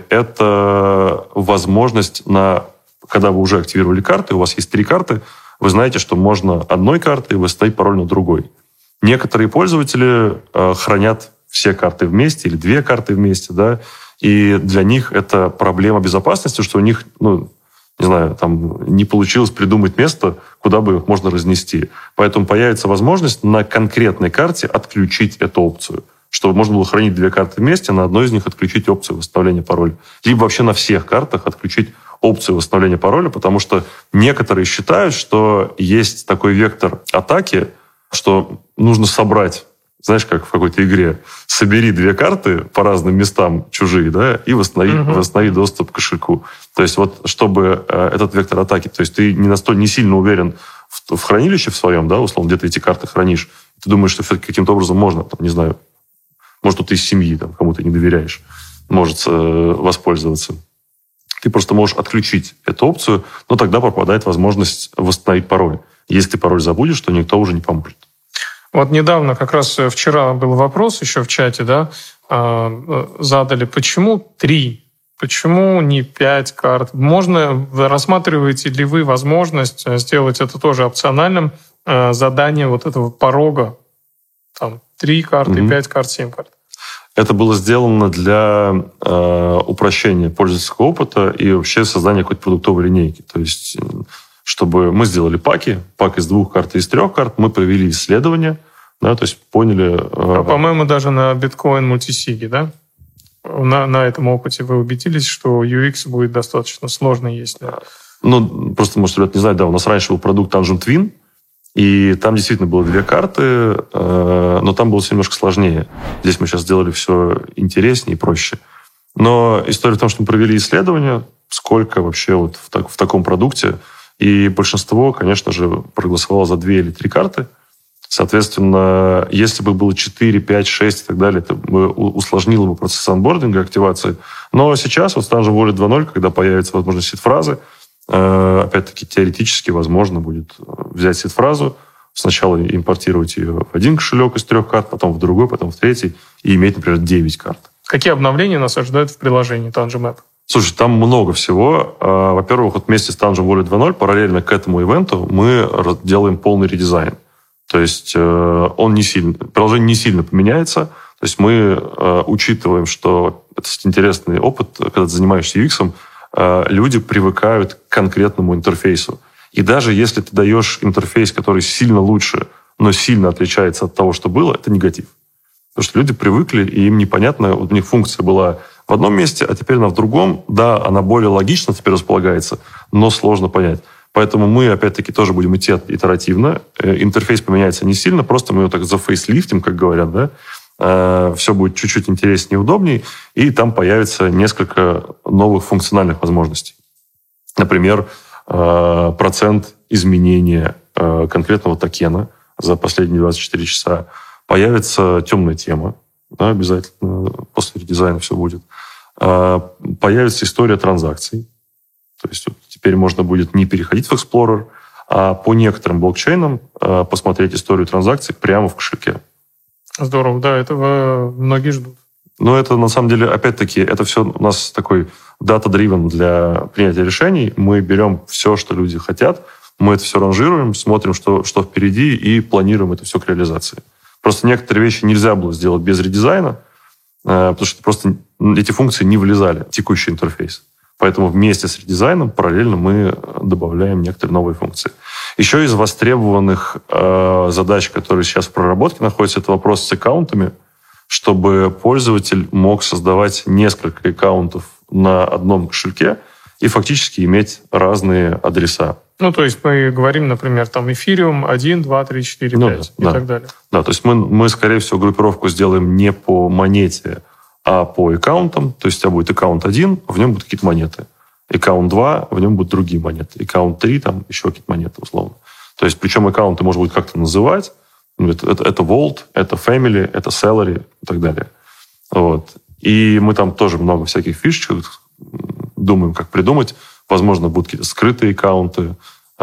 Это возможность на... Когда вы уже активировали карты, у вас есть три карты, вы знаете, что можно одной картой восстановить пароль на другой. Некоторые пользователи хранят все карты вместе или две карты вместе, да, и для них это проблема безопасности, что у них, ну, не знаю, там не получилось придумать место, куда бы их можно разнести. Поэтому появится возможность на конкретной карте отключить эту опцию, чтобы можно было хранить две карты вместе, на одной из них отключить опцию восстановления пароля. Либо вообще на всех картах отключить опцию восстановления пароля, потому что некоторые считают, что есть такой вектор атаки, что нужно собрать, знаешь, как в какой-то игре, собери две карты по разным местам чужие, да, и восстанови, uh-huh. восстанови доступ к кошельку. То есть вот чтобы э, этот вектор атаки, то есть ты не настолько не сильно уверен в, в хранилище в своем, да, условно, где ты эти карты хранишь, ты думаешь, что все-таки каким-то образом можно, там, не знаю, может, кто-то из семьи, там, кому ты не доверяешь, может э, воспользоваться. Ты просто можешь отключить эту опцию, но тогда пропадает возможность восстановить пароль. Если ты пароль забудешь, то никто уже не поможет. Вот недавно, как раз вчера был вопрос еще в чате, да, задали, почему три, почему не пять карт? Можно, рассматриваете ли вы возможность сделать это тоже опциональным, задание вот этого порога, там, три карты, mm-hmm. пять карт, семь карт? Это было сделано для э, упрощения пользовательского опыта и вообще создания какой-то продуктовой линейки. То есть, чтобы мы сделали паки, пак из двух карт и из трех карт, мы провели исследование, да, то есть поняли... Э, а, по-моему, даже на биткоин мультисиге, да? На, на этом опыте вы убедились, что ю экс будет достаточно сложный, если... Ну, просто, может, ребята не знают, да, у нас раньше был продукт Tangent Twin, и там действительно было две карты, но там было все немножко сложнее. Здесь мы сейчас сделали все интереснее и проще. Но история в том, что мы провели исследование, сколько вообще вот в, так, в таком продукте, и большинство, конечно же, проголосовало за две или три карты. Соответственно, если бы было четыре, пять, шесть и так далее, это бы усложнило бы процесс анбординга, активации. Но сейчас, вот в Tangent Wallet два ноль, когда появится возможность сид-фразы, опять-таки, теоретически возможно будет взять сид-фразу, сначала импортировать ее в один кошелек из трех карт, потом в другой, потом в третий, и иметь, например, девять карт. Какие обновления нас ожидают в приложении Tangent Map? Слушай, там много всего. Во-первых, вот вместе с Tangent Wallet два ноль параллельно к этому ивенту мы делаем полный редизайн. То есть он не сильно, приложение не сильно поменяется. То есть мы учитываем, что это интересный опыт, когда ты занимаешься ю экс, люди привыкают к конкретному интерфейсу. И даже если ты даешь интерфейс, который сильно лучше, но сильно отличается от того, что было, это негатив. Потому что люди привыкли, и им непонятно, вот у них функция была в одном месте, а теперь она в другом. Да, она более логично теперь располагается, но сложно понять. Поэтому мы, опять-таки, тоже будем идти итеративно. Интерфейс поменяется не сильно, просто мы его так зафейслифтим, как говорят, да. Все будет чуть-чуть интереснее и удобнее, и там появится несколько новых функциональных возможностей. Например, процент изменения конкретного токена за последние двадцать четыре часа. Появится темная тема, да, обязательно после редизайна все будет. Появится история транзакций. То есть вот теперь можно будет не переходить в Explorer, а по некоторым блокчейнам посмотреть историю транзакций прямо в кошельке. Здорово, да, этого многие ждут. Но это, на самом деле, опять-таки, это все у нас такой data-driven для принятия решений. Мы берем все, что люди хотят, мы это все ранжируем, смотрим, что, что впереди, и планируем это все к реализации. Просто некоторые вещи нельзя было сделать без редизайна, потому что просто эти функции не влезали в текущий интерфейс. Поэтому вместе с редизайном параллельно мы добавляем некоторые новые функции. Еще из востребованных э, задач, которые сейчас в проработке находятся, это вопрос с аккаунтами, чтобы пользователь мог создавать несколько аккаунтов на одном кошельке и фактически иметь разные адреса. Ну, то есть мы говорим, например, там Ethereum один, два, три, четыре, ну, пять да, и да. так далее. Да, то есть мы, мы, скорее всего, группировку сделаем не по монете, а по аккаунтам. То есть у тебя будет аккаунт один, в нем будут какие-то монеты. Аккаунт два, в нем будут другие монеты. Аккаунт три, там еще какие-то монеты, условно. То есть причем аккаунты можно будет как-то называть. Это, это, это Vault, это Family, это Salary и так далее. Вот. И мы там тоже много всяких фишечек думаем, как придумать. Возможно, будут какие-то скрытые аккаунты.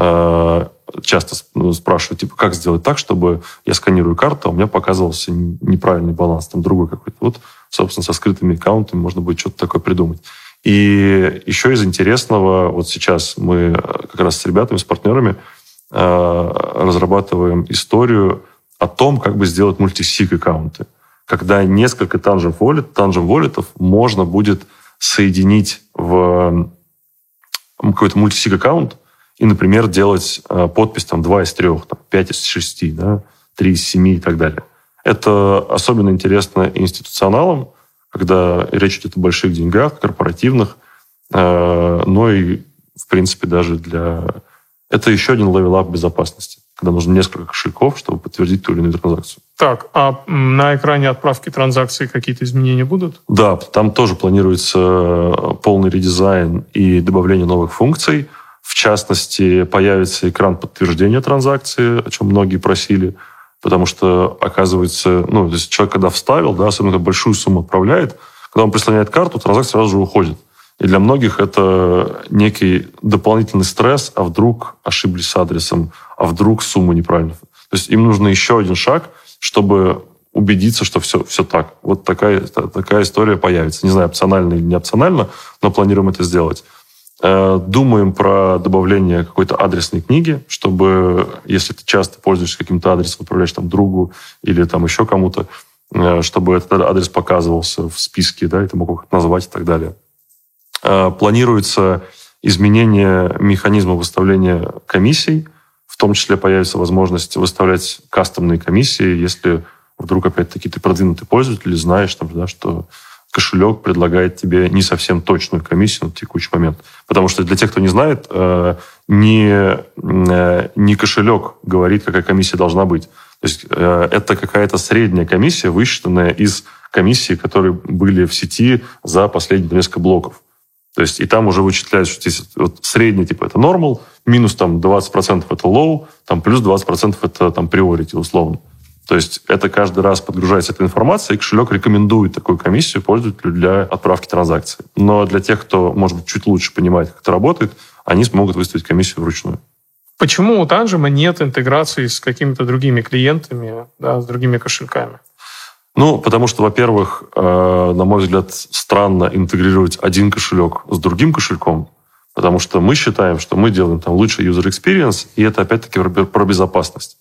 Часто спрашивают, типа, как сделать так, чтобы я сканирую карту, а у меня показывался неправильный баланс, там другой какой-то. Вот, собственно, со скрытыми аккаунтами можно будет что-то такое придумать. И еще из интересного, вот сейчас мы как раз с ребятами, с партнерами разрабатываем историю о том, как бы сделать мультисиг аккаунты. Когда несколько Tangent Wallet, Tangent Wallet'ов можно будет соединить в какой-то мультисиг аккаунт и, например, делать подпись там два из трех, там, пять из шести, да, три из семи и так далее. Это особенно интересно институционалам, когда речь идет о больших деньгах, корпоративных, но и, в принципе, даже для... Это еще один левел-ап безопасности, когда нужно несколько кошельков, чтобы подтвердить ту или иную транзакцию. Так, а на экране отправки транзакций какие-то изменения будут? Да, там тоже планируется полный редизайн и добавление новых функций. В частности, появится экран подтверждения транзакции, о чем многие просили, потому что, оказывается, ну, то есть человек, когда вставил, да, особенно когда большую сумму отправляет, когда он прислоняет карту, транзакция сразу же уходит. И для многих это некий дополнительный стресс, а вдруг ошиблись с адресом, а вдруг сумма неправильно. То есть им нужно еще один шаг, чтобы убедиться, что все, все так. Вот такая, такая история появится. Не знаю, опционально или не опционально, но планируем это сделать. Думаем про добавление какой-то адресной книги, чтобы, если ты часто пользуешься каким-то адресом, отправляешь там другу или там еще кому-то, чтобы этот адрес показывался в списке, да, и ты мог его назвать и так далее. Планируется изменение механизма выставления комиссий. В том числе появится возможность выставлять кастомные комиссии, если вдруг, опять-таки, ты продвинутый пользователь, знаешь, там, да, что кошелек предлагает тебе не совсем точную комиссию на текущий момент. Потому что для тех, кто не знает, не, не кошелек говорит, какая комиссия должна быть. То есть это какая-то средняя комиссия, высчитанная из комиссий, которые были в сети за последние несколько блоков. То есть и там уже вычисляют, что здесь вот средний типа это normal, минус там двадцать процентов это low, там плюс двадцать процентов это там priority условно. То есть это каждый раз подгружается эта информация, и кошелек рекомендует такую комиссию пользователю для отправки транзакций. Но для тех, кто, может быть, чуть лучше понимает, как это работает, они смогут выставить комиссию вручную. Почему у Tangent нет интеграции с какими-то другими клиентами, да, с другими кошельками? Ну, потому что, во-первых, на мой взгляд, странно интегрировать один кошелек с другим кошельком, потому что мы считаем, что мы делаем там лучший user experience, и это опять-таки про безопасность,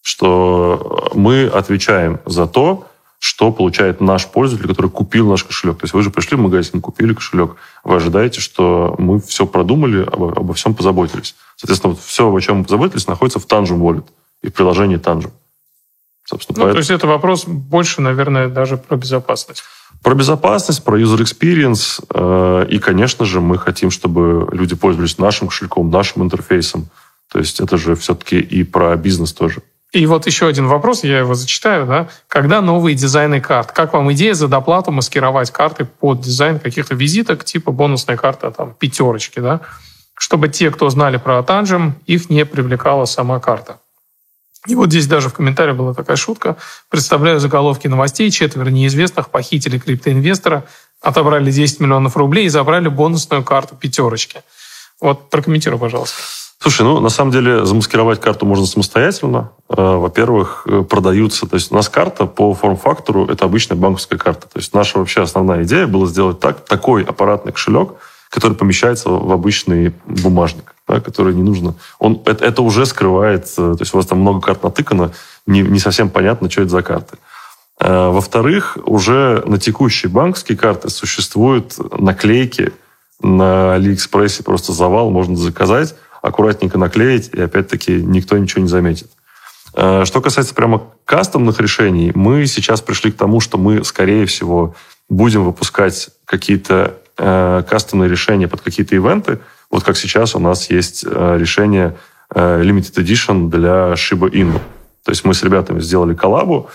что мы отвечаем за то, что получает наш пользователь, который купил наш кошелек. То есть вы же пришли в магазин, купили кошелек, вы ожидаете, что мы все продумали, обо, обо всем позаботились. Соответственно, вот все, о чем мы позаботились, находится в Tangent Wallet и в приложении Tangent. Собственно, ну, поэтому... То есть это вопрос больше, наверное, даже про безопасность. Про безопасность, про user experience. Э, и, конечно же, мы хотим, чтобы люди пользовались нашим кошельком, нашим интерфейсом. То есть это же все-таки и про бизнес тоже. И вот еще один вопрос, я его зачитаю. Да? Когда новые дизайны карт? Как вам идея за доплату маскировать карты под дизайн каких-то визиток, типа бонусная карта, там, пятерочки, да? Чтобы те, кто знали про Tangent, их не привлекала сама карта? И вот здесь даже в комментариях была такая шутка. Представляю заголовки новостей. Четверо неизвестных похитили криптоинвестора, отобрали десять миллионов рублей и забрали бонусную карту пятерочки. Вот прокомментируй, пожалуйста. Слушай, ну, на самом деле, замаскировать карту можно самостоятельно. Во-первых, продаются... То есть у нас карта по форм-фактору – это обычная банковская карта. То есть наша вообще основная идея была сделать так, такой аппаратный кошелек, который помещается в обычный бумажник, да, который не нужно. Он, это, это уже скрывает, то есть у вас там много карт натыкано, не, не совсем понятно, что это за карты. А, во-вторых, уже на текущие банковские карты существуют наклейки на Алиэкспрессе, просто завал, можно заказать, аккуратненько наклеить, и опять-таки никто ничего не заметит. А, что касается прямо кастомных решений, мы сейчас пришли к тому, что мы, скорее всего, будем выпускать какие-то кастомные решения под какие-то ивенты. Вот как сейчас у нас есть решение Limited Edition для Shiba Inu. То есть мы с ребятами сделали коллабу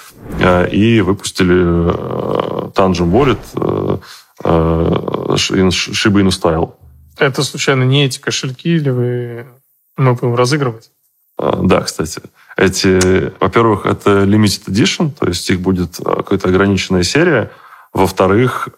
и выпустили Tangent Wallet Shiba Inu Style. Это, случайно, не эти кошельки или вы... мы будем разыгрывать? Да, кстати. Эти, во-первых, это Limited Edition, то есть их будет какая-то ограниченная серия. Во-вторых,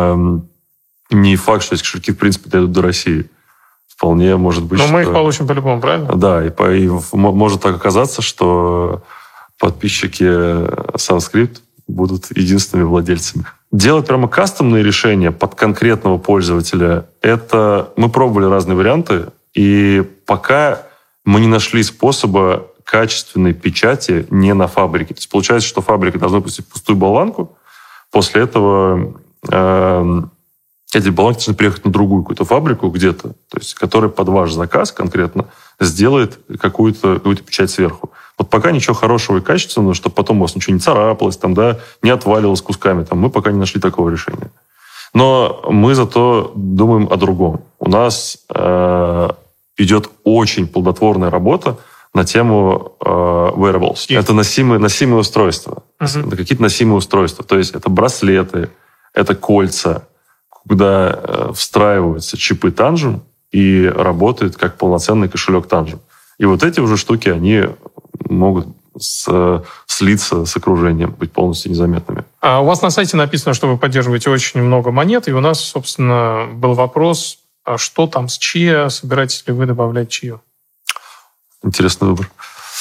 не факт, что эти кошельки, в принципе, дойдут до России. Вполне может быть, Но что... мы их получим по-любому, правильно? Да, и, по... и может так оказаться, что подписчики Sunscript будут единственными владельцами. Делать прямо кастомные решения под конкретного пользователя, это... Мы пробовали разные варианты, и пока мы не нашли способа качественной печати не на фабрике. То есть получается, что фабрика должна пустить пустую болванку, после этого... Э... Эти болванки должны приехать на другую какую-то фабрику где-то, то есть, которая под ваш заказ конкретно сделает какую-то, какую-то печать сверху. Вот пока ничего хорошего и качественного, чтобы потом у вас ничего не царапалось, там, да, не отваливалось кусками, там, мы пока не нашли такого решения. Но мы зато думаем о другом. У нас э, идет очень плодотворная работа на тему э, wearables. И... Это носимые, носимые устройства. Uh-huh. Это какие-то носимые устройства. То есть это браслеты, это кольца, куда э, встраиваются чипы Tangent и работает как полноценный кошелек Tangent. И вот эти уже штуки, они могут с, слиться с окружением, быть полностью незаметными. А у вас на сайте написано, что вы поддерживаете очень много монет, и у нас, собственно, был вопрос, а что там с чия, собираетесь ли вы добавлять чию? Интересный выбор.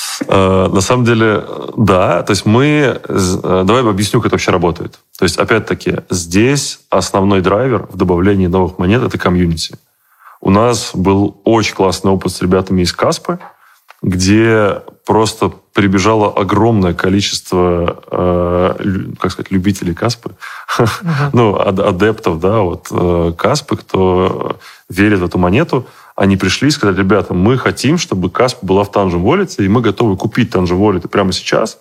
На самом деле, да. То есть мы... Давай объясню, как это вообще работает. То есть, опять-таки, здесь основной драйвер в добавлении новых монет – это комьюнити. У нас был очень классный опыт с ребятами из Каспы, где просто прибежало огромное количество, э, как сказать, любителей Каспы, uh-huh. ну, адептов, да, вот э, Каспы, кто верит в эту монету. Они пришли и сказали: ребята, мы хотим, чтобы Каспа была в Tangent Wallet, и мы готовы купить Tangent Wallet прямо сейчас,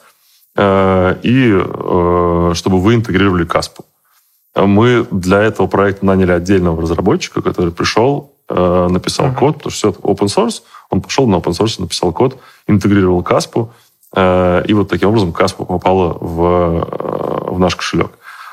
э, и э, чтобы вы интегрировали Каспу. Мы для этого проекта наняли отдельного разработчика, который пришел, э, написал uh-huh. код, потому что все это open source. Он пошел на open source, написал код, интегрировал Каспу, э, и вот таким образом Каспа попала в, в наш кошелек.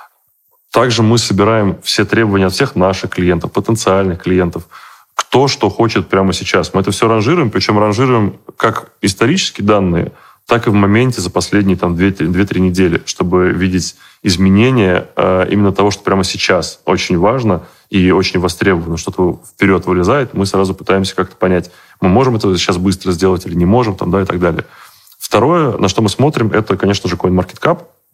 Также мы собираем все требования от всех наших клиентов, потенциальных клиентов, кто что хочет прямо сейчас. Мы это все ранжируем, причем ранжируем как исторические данные, так и в моменте за последние там, две-три недели, чтобы видеть изменения э, именно того, что прямо сейчас очень важно и очень востребовано, что-то вперед вылезает, мы сразу пытаемся как-то понять, мы можем это сейчас быстро сделать или не можем, там, да, и так далее. Второе, на что мы смотрим, это, конечно же, CoinMarketCap.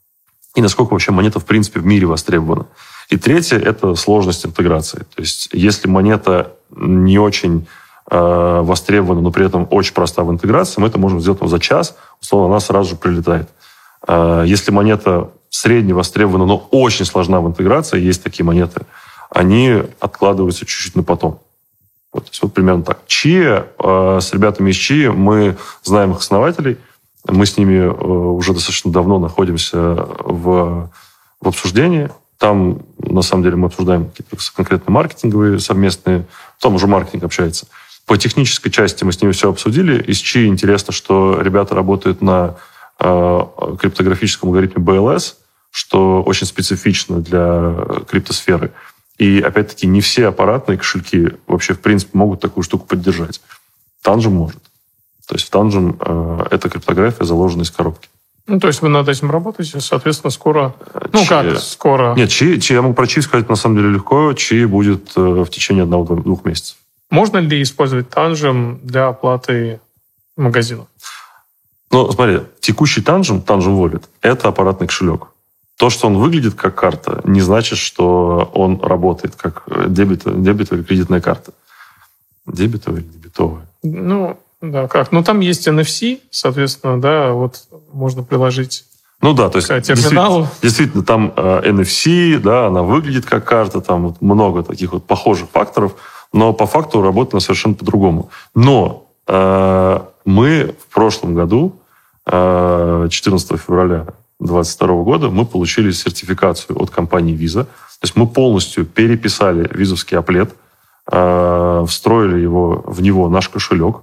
и насколько вообще монета в принципе в мире востребована. И третье – это сложность интеграции. То есть если монета не очень э, востребована, но при этом очень проста в интеграции, мы это можем сделать за час, условно, она сразу же прилетает. Э, если монета средне востребована, но очень сложна в интеграции, есть такие монеты, они откладываются чуть-чуть на потом. Вот, то есть вот примерно так. Chia, э, с ребятами из Chia мы знаем их основателей, мы с ними э, уже достаточно давно находимся в, в обсуждении. Там, на самом деле, мы обсуждаем какие-то конкретные маркетинговые совместные, там уже маркетинг общается. По технической части мы с ними все обсудили. Из Chia интересно, что ребята работают на э, криптографическом алгоритме би эл эс, что очень специфично для криптосферы. И, опять-таки, не все аппаратные кошельки вообще, в принципе, могут такую штуку поддержать. Tangem может. То есть в Tangem э, эта криптография заложена из коробки. Ну, то есть вы над этим работаете, соответственно, скоро... Ну, Chi... как скоро? Нет, Chi, Chi, я могу про Chi сказать, на самом деле, легко. Chi будет э, в течение одного-двух месяцев. Можно ли использовать Tangem для оплаты магазина? Ну, смотри, текущий Tangem, Tangem Wallet, это аппаратный кошелек. То, что он выглядит как карта, не значит, что он работает как дебет, дебетовая или кредитная карта. Дебетовая или дебетовая? Ну, да, как? Ну, там есть эн эф си, соответственно, да, вот можно приложить ну, да, то есть к терминалу. Действительно, действительно там э, эн эф си, да, она выглядит как карта, там вот много таких вот похожих факторов, но по факту работает она совершенно по-другому. Но э, мы в прошлом году, э, четырнадцатого февраля две тысячи двадцать второго года, мы получили сертификацию от компании Visa. То есть мы полностью переписали визовский апплет, э, встроили его, в него наш кошелек,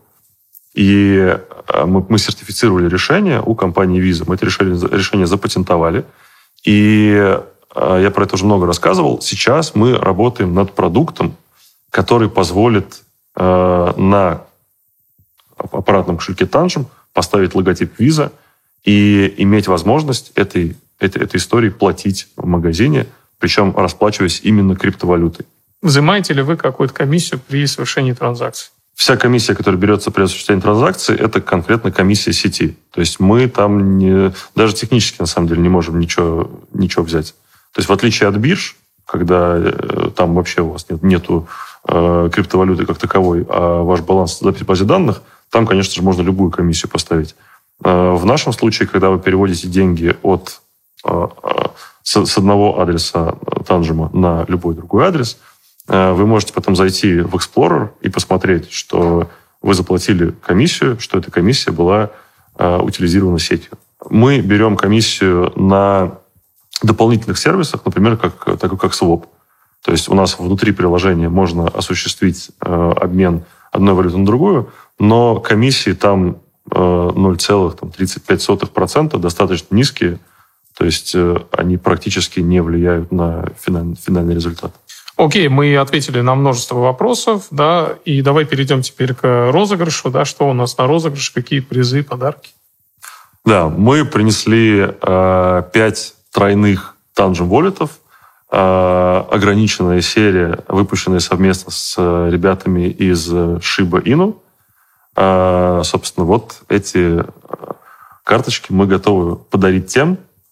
и мы, мы сертифицировали решение у компании Visa. Мы это решение, решение запатентовали. И э, я про это уже много рассказывал. Сейчас мы работаем над продуктом, который позволит э, на аппаратном кошельке Tangem поставить логотип Visa и иметь возможность этой, этой, этой истории платить в магазине, причем расплачиваясь именно криптовалютой. Взимаете ли вы какую-то комиссию при совершении транзакций? Вся комиссия, которая берется при осуществлении транзакции, это конкретно комиссия сети. То есть мы там не, даже технически, на самом деле, не можем ничего, ничего взять. То есть в отличие от бирж, когда э, там вообще у вас нет, нету э, криптовалюты как таковой, а ваш баланс запись в базе данных, там, конечно же, можно любую комиссию поставить. Э, в нашем случае, когда вы переводите деньги от, э, с, с одного адреса Tangem на любой другой адрес, вы можете потом зайти в Explorer и посмотреть, что вы заплатили комиссию, что эта комиссия была э, утилизирована сетью. Мы берем комиссию на дополнительных сервисах, например, как, такой как Swap. То есть у нас внутри приложения можно осуществить э, обмен одной валюты на другую, но комиссии там э, ноль целых тридцать пять сотых процента достаточно низкие, то есть э, они практически не влияют на финаль, финальный результат. Окей, мы ответили на множество вопросов, да, и давай перейдем теперь к розыгрышу, да, что у нас на розыгрыш, какие призы, подарки. Да, мы принесли э, пять тройных Tangem Wallet'ов, э, ограниченная серия, выпущенная совместно с ребятами из Shiba Inu. Э, собственно, вот эти карточки мы готовы подарить тем,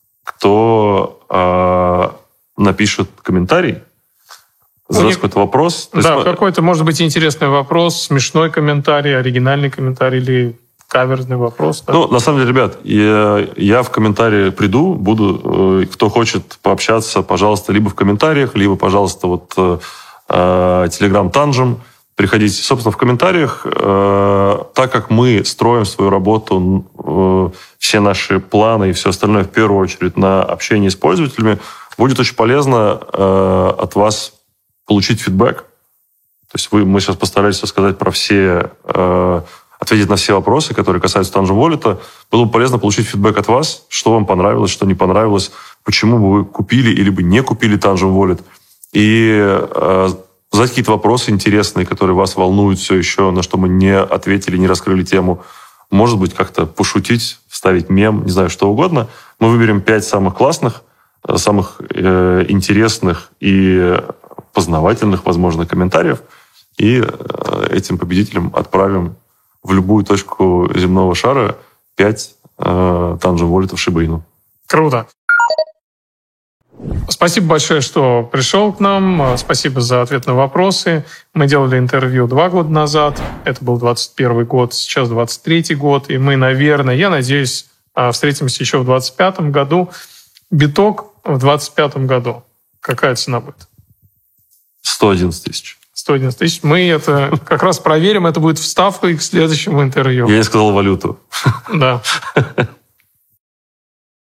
кто э, напишет комментарий, задаст какой-то вопрос. Да, есть... какой-то, может быть, интересный вопрос, смешной комментарий, оригинальный комментарий или каверзный вопрос. Да? Ну, на самом деле, ребят, я, я в комментарии приду, буду, кто хочет пообщаться, пожалуйста, либо в комментариях, либо, пожалуйста, вот Telegram Tangem, приходите. Собственно, в комментариях, э, так как мы строим свою работу, э, все наши планы и все остальное, в первую очередь, на общение с пользователями, будет очень полезно э, от вас получить фидбэк. То есть вы, мы сейчас постарались рассказать про все, э, ответить на все вопросы, которые касаются Tangem Wallet. Было бы полезно получить фидбэк от вас, что вам понравилось, что не понравилось, почему бы вы купили или бы не купили Tangem Wallet. И э, задать какие-то вопросы интересные, которые вас волнуют все еще, на что мы не ответили, не раскрыли тему. Может быть, как-то пошутить, вставить мем, не знаю, что угодно. Мы выберем пять самых классных, самых э, интересных и познавательных, возможно, комментариев, и этим победителям отправим в любую точку земного шара пять э, Tangem Wallet'ов Shiba Inu. Круто. Спасибо большое, что пришел к нам. Спасибо за ответ на вопросы. Мы делали интервью два года назад. Это был двадцать первый год, сейчас двадцать третий год. И мы, наверное, я надеюсь, встретимся еще в двадцать пятом году. Биток в двадцать пятом году. Какая цена будет? сто одиннадцать тысяч. сто одиннадцать тысяч. Мы это как раз проверим. Это будет вставкой к следующему интервью. Я не сказал валюту. Да.